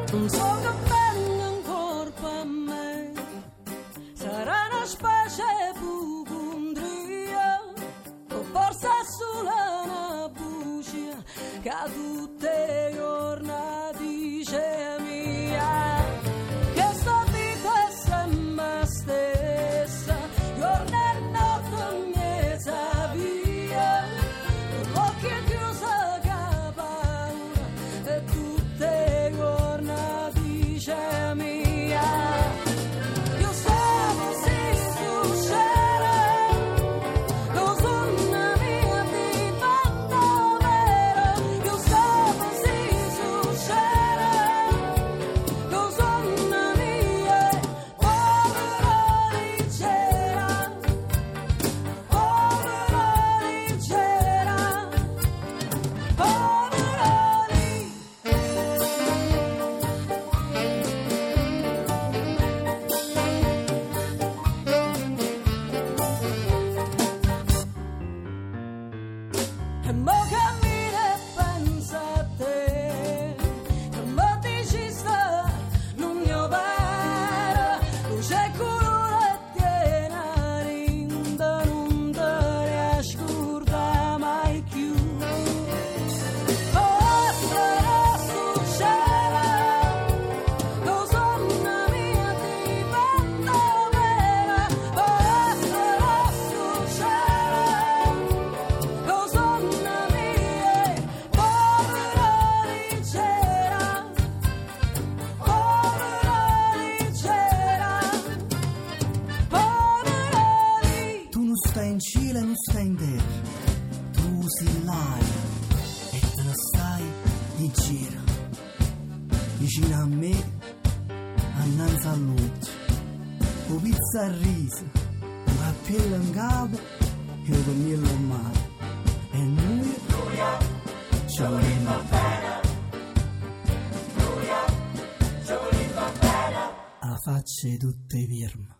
non so che venga ancora per me, sarà una specie pupundria, o forse è solo una bugia che tutte le giornate dice mia, che sta vita è sempre stessa, giorno e notte mi sa via, con l'occhio chiuso che ha paura, e tutte le giornate dice mia. Io stavo si succede, lo sono mia di banda vera, io stavo si succede, lo sono mia, povera leggera, povera leggera, povera e mo cammina e pensa a te, che mo dici sta, non mi opera, luce e colore tiene a rinda, non te ne ascolta mai più. Basta succede, lo sono mia di banda vera, basta succede, lo sono mia, povera leggera, povera leggera, povera leggera. Tu non stai in cielo e non stai in terra, tu sei l'aria e te ne stai in giro, vicino a me, annanzi all'occhio, con pizza e riso, con cappello in capo e un pennello in mano, e noi ci vogliamo bene, a facce tutte firme.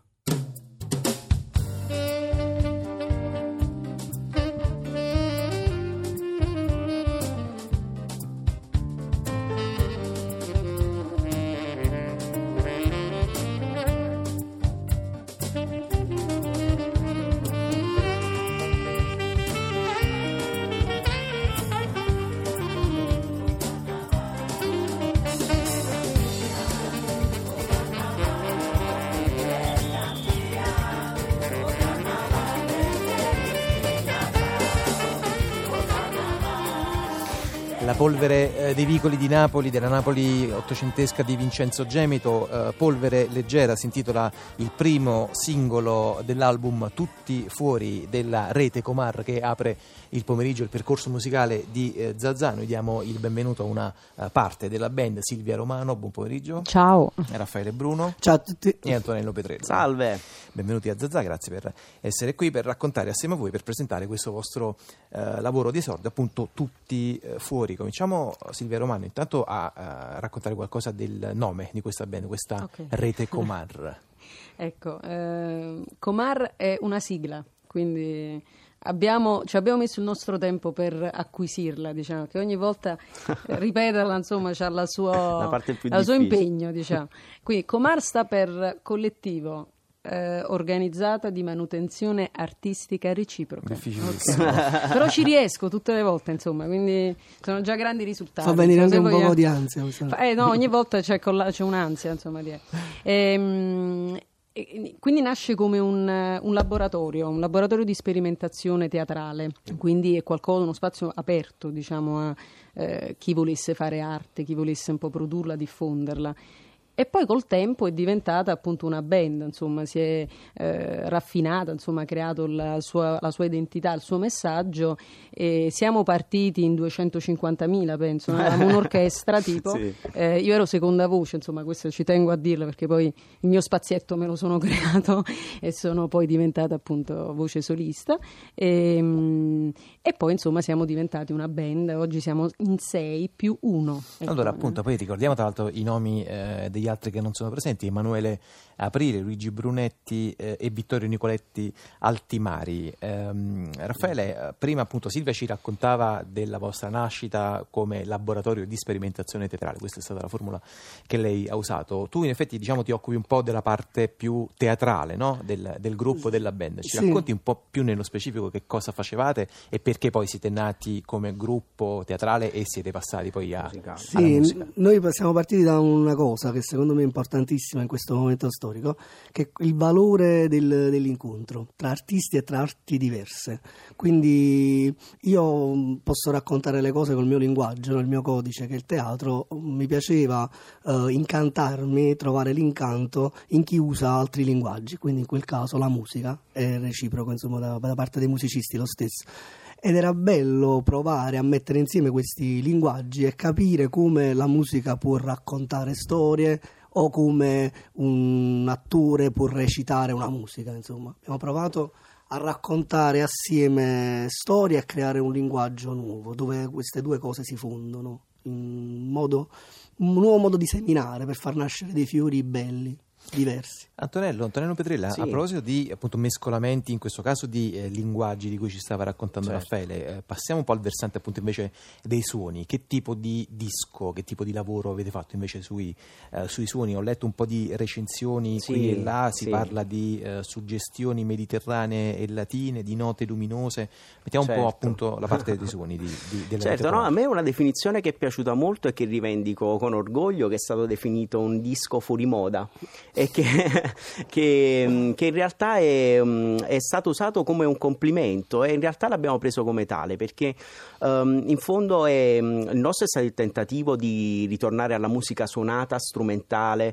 La polvere dei vicoli di Napoli, della Napoli ottocentesca di Vincenzo Gemito, Polvere leggera, si intitola il primo singolo dell'album Tutti fuori della rete Comar, che apre il pomeriggio il percorso musicale di Zazà. Noi diamo il benvenuto a una parte della band, Silvia Romano, buon pomeriggio. Ciao. Raffaele Bruno. Ciao a tutti. E Antonello Petrello. Salve. Benvenuti a Zazà, grazie per essere qui, per raccontare assieme a voi, per presentare questo vostro lavoro di esordio, appunto Tutti fuori. Cominciamo, Silvia Romano, intanto a raccontare qualcosa del nome di questa band, questa rete Comar. Ecco, Comar è una sigla, quindi ci abbiamo messo il nostro tempo per acquisirla, diciamo, che ogni volta ripeterla, insomma, c'ha il suo impegno, diciamo. Quindi Comar sta per collettivo organizzata di manutenzione artistica reciproca. Difficilissimo. Però ci riesco tutte le volte, insomma, quindi sono già grandi risultati. Fa venire anche un po' di ansia. No, ogni volta c'è un'ansia, insomma, quindi nasce come un laboratorio di sperimentazione teatrale, quindi è uno spazio aperto, diciamo, a chi volesse fare arte, chi volesse un po' produrla, diffonderla. E poi col tempo è diventata appunto una band, insomma, si è raffinata, insomma, ha creato la sua identità, il suo messaggio, e siamo partiti in 250.000, penso, no? Eravamo un'orchestra tipo, Sì. Io ero seconda voce, insomma, questo ci tengo a dirlo perché poi il mio spazietto me lo sono creato e sono poi diventata appunto voce solista, e poi insomma siamo diventati una band, oggi siamo in 6 più 1. Ecco. Allora, appunto, poi ricordiamo tra l'altro i nomi degli altri che non sono presenti, Emanuele Aprile, Luigi Brunetti e Vittorio Nicoletti Altimari. Raffaele, prima appunto Silvia ci raccontava della vostra nascita come laboratorio di sperimentazione teatrale, questa è stata la formula che lei ha usato. Tu in effetti diciamo ti occupi un po' della parte più teatrale, no? del gruppo, della band. Ci racconti un po' più nello specifico che cosa facevate e perché poi siete nati come gruppo teatrale e siete passati poi alla musica? Noi siamo partiti da una cosa che secondo me è importantissima in questo momento storico, che è il valore dell'incontro tra artisti e tra arti diverse. Quindi io posso raccontare le cose col mio linguaggio, il mio codice, che è il teatro. Mi piaceva incantarmi, trovare l'incanto in chi usa altri linguaggi, quindi in quel caso la musica è reciproco, insomma, da parte dei musicisti lo stesso. Ed era bello provare a mettere insieme questi linguaggi e capire come la musica può raccontare storie o come un attore può recitare una musica, insomma. Abbiamo provato a raccontare assieme storie e a creare un linguaggio nuovo, dove queste due cose si fondono in un nuovo modo di seminare per far nascere dei fiori belli, diversi. Antonello Petrella, sì. A proposito di appunto mescolamenti, in questo caso di linguaggi di cui ci stava raccontando Raffaele, passiamo un po' al versante appunto invece dei suoni. Che tipo di disco, che tipo di lavoro avete fatto invece sui suoni? Ho letto un po' di recensioni qui e là, si parla di suggestioni mediterranee e latine, di note luminose. Mettiamo un po' appunto la parte dei suoni della certo, no, a me è una definizione che è piaciuta molto e che rivendico con orgoglio, che è stato definito un disco fuori moda e che in realtà è stato usato come un complimento e in realtà l'abbiamo preso come tale, perché in fondo il nostro è stato il tentativo di ritornare alla musica suonata, strumentale,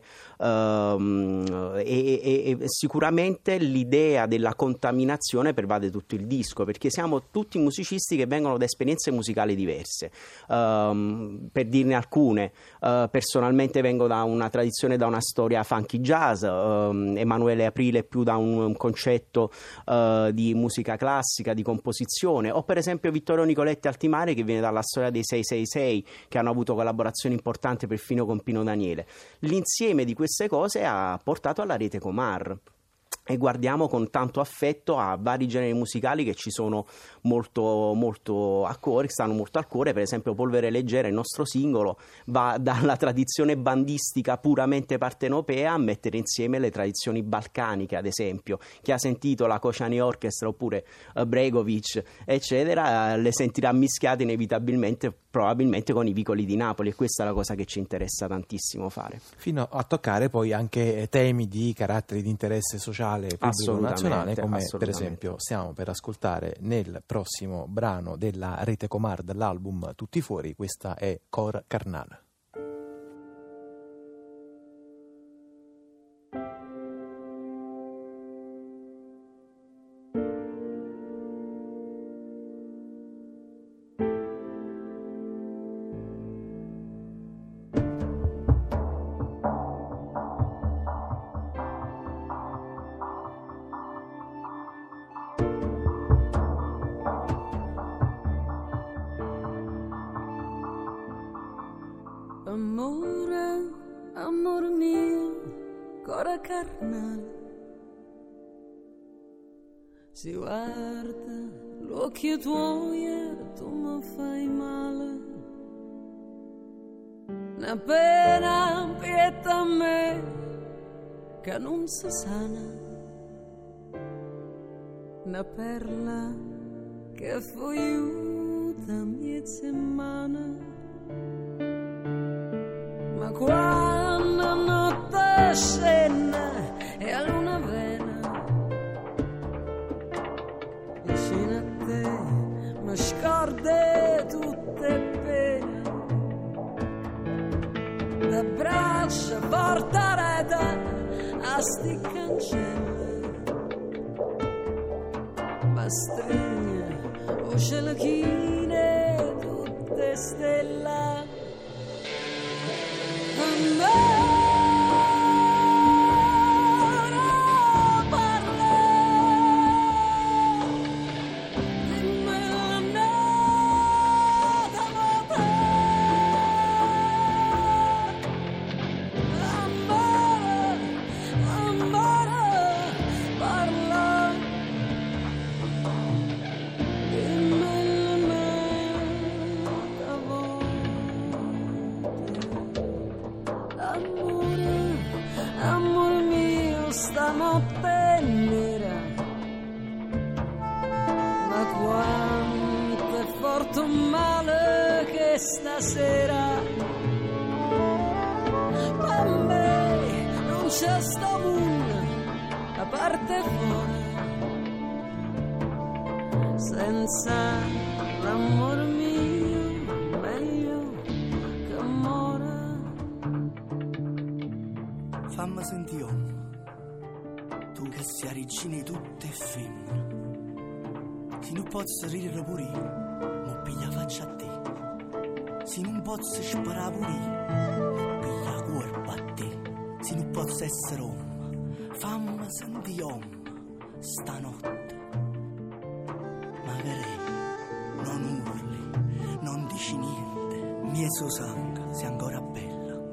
e sicuramente l'idea della contaminazione pervade tutto il disco, perché siamo tutti musicisti che vengono da esperienze musicali diverse. Per dirne alcune, personalmente vengo da una tradizione, da una storia funky jazz, Emanuele Aprile più da un concetto di musica classica, di composizione, o per esempio Vittorio Nicoletti Altimari che viene dalla storia dei 666, che hanno avuto collaborazioni importanti perfino con Pino Daniele. L'insieme di queste cose ha portato alla rete Comar e guardiamo con tanto affetto a vari generi musicali che ci sono molto, molto a cuore, che stanno molto al cuore. Per esempio Polvere Leggera, il nostro singolo, va dalla tradizione bandistica puramente partenopea a mettere insieme le tradizioni balcaniche, ad esempio. Chi ha sentito la Kocani Orchestra oppure Bregovic eccetera le sentirà mischiate inevitabilmente probabilmente con i vicoli di Napoli, e questa è la cosa che ci interessa tantissimo fare. Fino a toccare poi anche temi di carattere di interesse sociale pubblico nazionale, come per esempio stiamo per ascoltare nel prossimo brano della Rete Comar dall'album Tutti Fuori. Questa è Cor Carnal. Amore, amore mio, cuore carnale, si guarda l'occhio tuoi e tu mi fai male. Una pena pieta a me che non si sana, una perla che fu aiuta mia settimana. Ma quando notte scende e a luna vena, vicino a te mi scordi tutte pene. Da braccia porta rete a sti cancelli, ma stringe voce le chine tutte stelle. stanotte nera, ma quanto è forte un male che stasera per me non c'è sta nulla a parte fuori, senza l'amor mio meglio che muore. Fammi sentire, tu che sei regina di tutte e femmine, se non posso ridere pure io, mo piglia faccia a te, se non posso sparare pure io, mo piglia corpo a te, se non posso essere uomo, fammi sentire uomo stanotte, magari non urli, non dici niente, mia sangue sei ancora bella.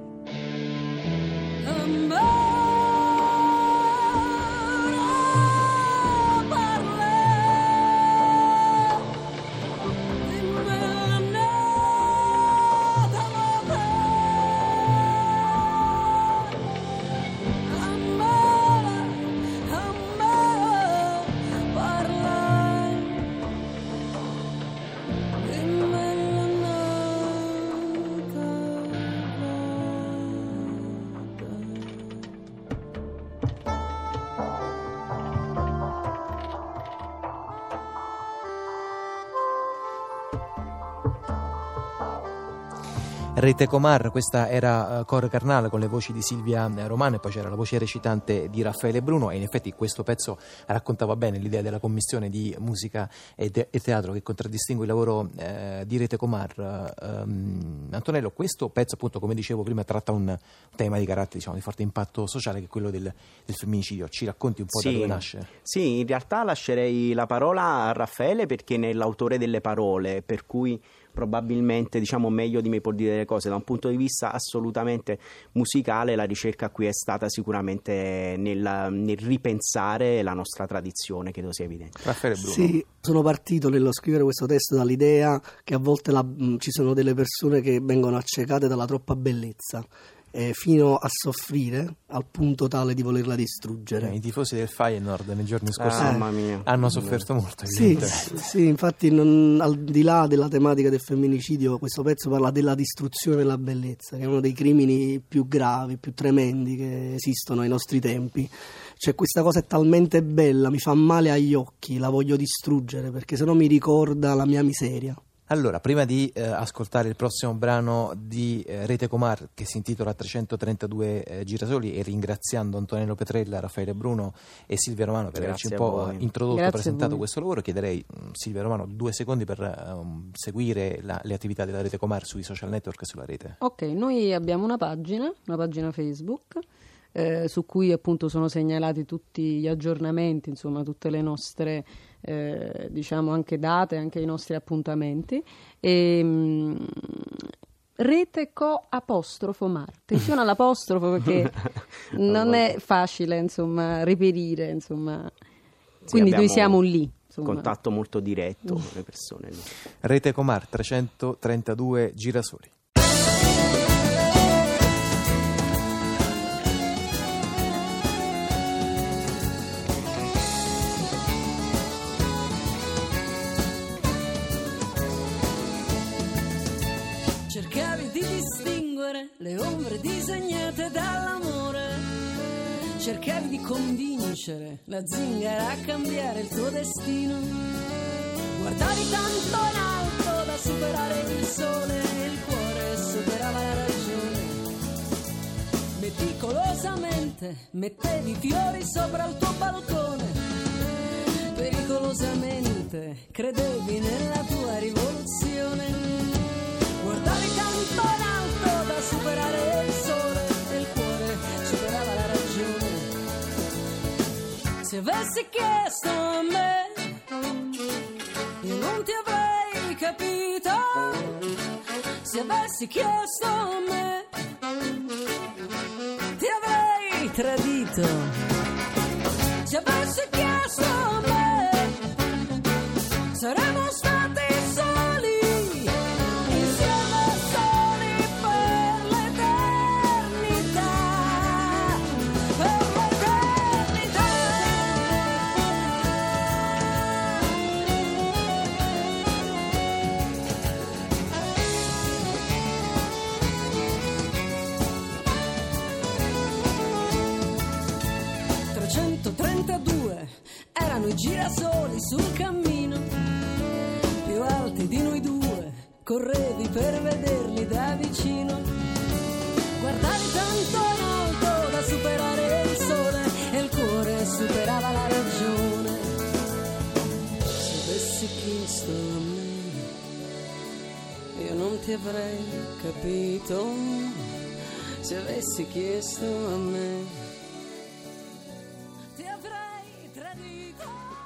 Rete Comar, questa era Cor Carnale con le voci di Silvia Romano e poi c'era la voce recitante di Raffaele Bruno, e in effetti questo pezzo raccontava bene l'idea della commissione di musica e teatro che contraddistingue il lavoro di Rete Comar. Antonello, questo pezzo appunto, come dicevo prima, tratta un tema di carattere, diciamo, di forte impatto sociale, che è quello del femminicidio. Ci racconti un po' da dove nasce? Sì, in realtà lascerei la parola a Raffaele perché è l'autore delle parole, per cui probabilmente, diciamo, meglio di me può dire le cose. Da un punto di vista assolutamente musicale, la ricerca qui è stata sicuramente nel ripensare la nostra tradizione, credo sia evidente. Raffaele Bruno. Sì, sono partito nello scrivere questo testo dall'idea che a volte ci sono delle persone che vengono accecate dalla troppa bellezza, fino a soffrire al punto tale di volerla distruggere. I tifosi del Feyenoord nei giorni scorsi mamma mia, hanno sofferto molto. Sì, infatti al di là della tematica del femminicidio, questo pezzo parla della distruzione della bellezza, che è uno dei crimini più gravi, più tremendi che esistono ai nostri tempi. Cioè, questa cosa è talmente bella, mi fa male agli occhi, la voglio distruggere perché sennò mi ricorda la mia miseria. Allora, prima di ascoltare il prossimo brano di Rete Comar, che si intitola 332 girasoli, e ringraziando Antonello Petrella, Raffaele Bruno e Silvia Romano per averci un po' introdotto e presentato questo lavoro, chiederei, Silvia Romano, 2 secondi per seguire le attività della Rete Comar sui social network e sulla rete. Ok, noi abbiamo una pagina Facebook, su cui appunto sono segnalati tutti gli aggiornamenti, insomma tutte le nostre diciamo anche date, anche i nostri appuntamenti, e Rete *Mar*. Attenzione all'apostrofo perché non è facile, insomma, reperire, insomma. Quindi noi siamo lì, insomma. Contatto molto diretto con le persone lì. Rete Comar, 332 girasoli. Cercavi di distinguere le ombre disegnate dall'amore, cercavi di convincere la zingara a cambiare il tuo destino, guardavi tanto in alto da superare il sole e il cuore superava la ragione, meticolosamente mettevi fiori sopra il tuo balcone, pericolosamente credevi nella tua rivoluzione. Guardavi tanto in alto da superare il sole e il cuore superava la ragione. Se avessi chiesto a me, io non ti avrei capito. Se avessi chiesto a me, ti avrei tradito. Se avessi chiesto a me, saremmo stati soli. Per l'eternità. due girasoli sul cammino, più alti di noi due, correvi per vederli da vicino. Guardavi tanto in alto da superare il sole e il cuore superava la ragione. Se avessi chiesto a me, io non ti avrei capito. Se avessi chiesto a me, ti avrei tradito.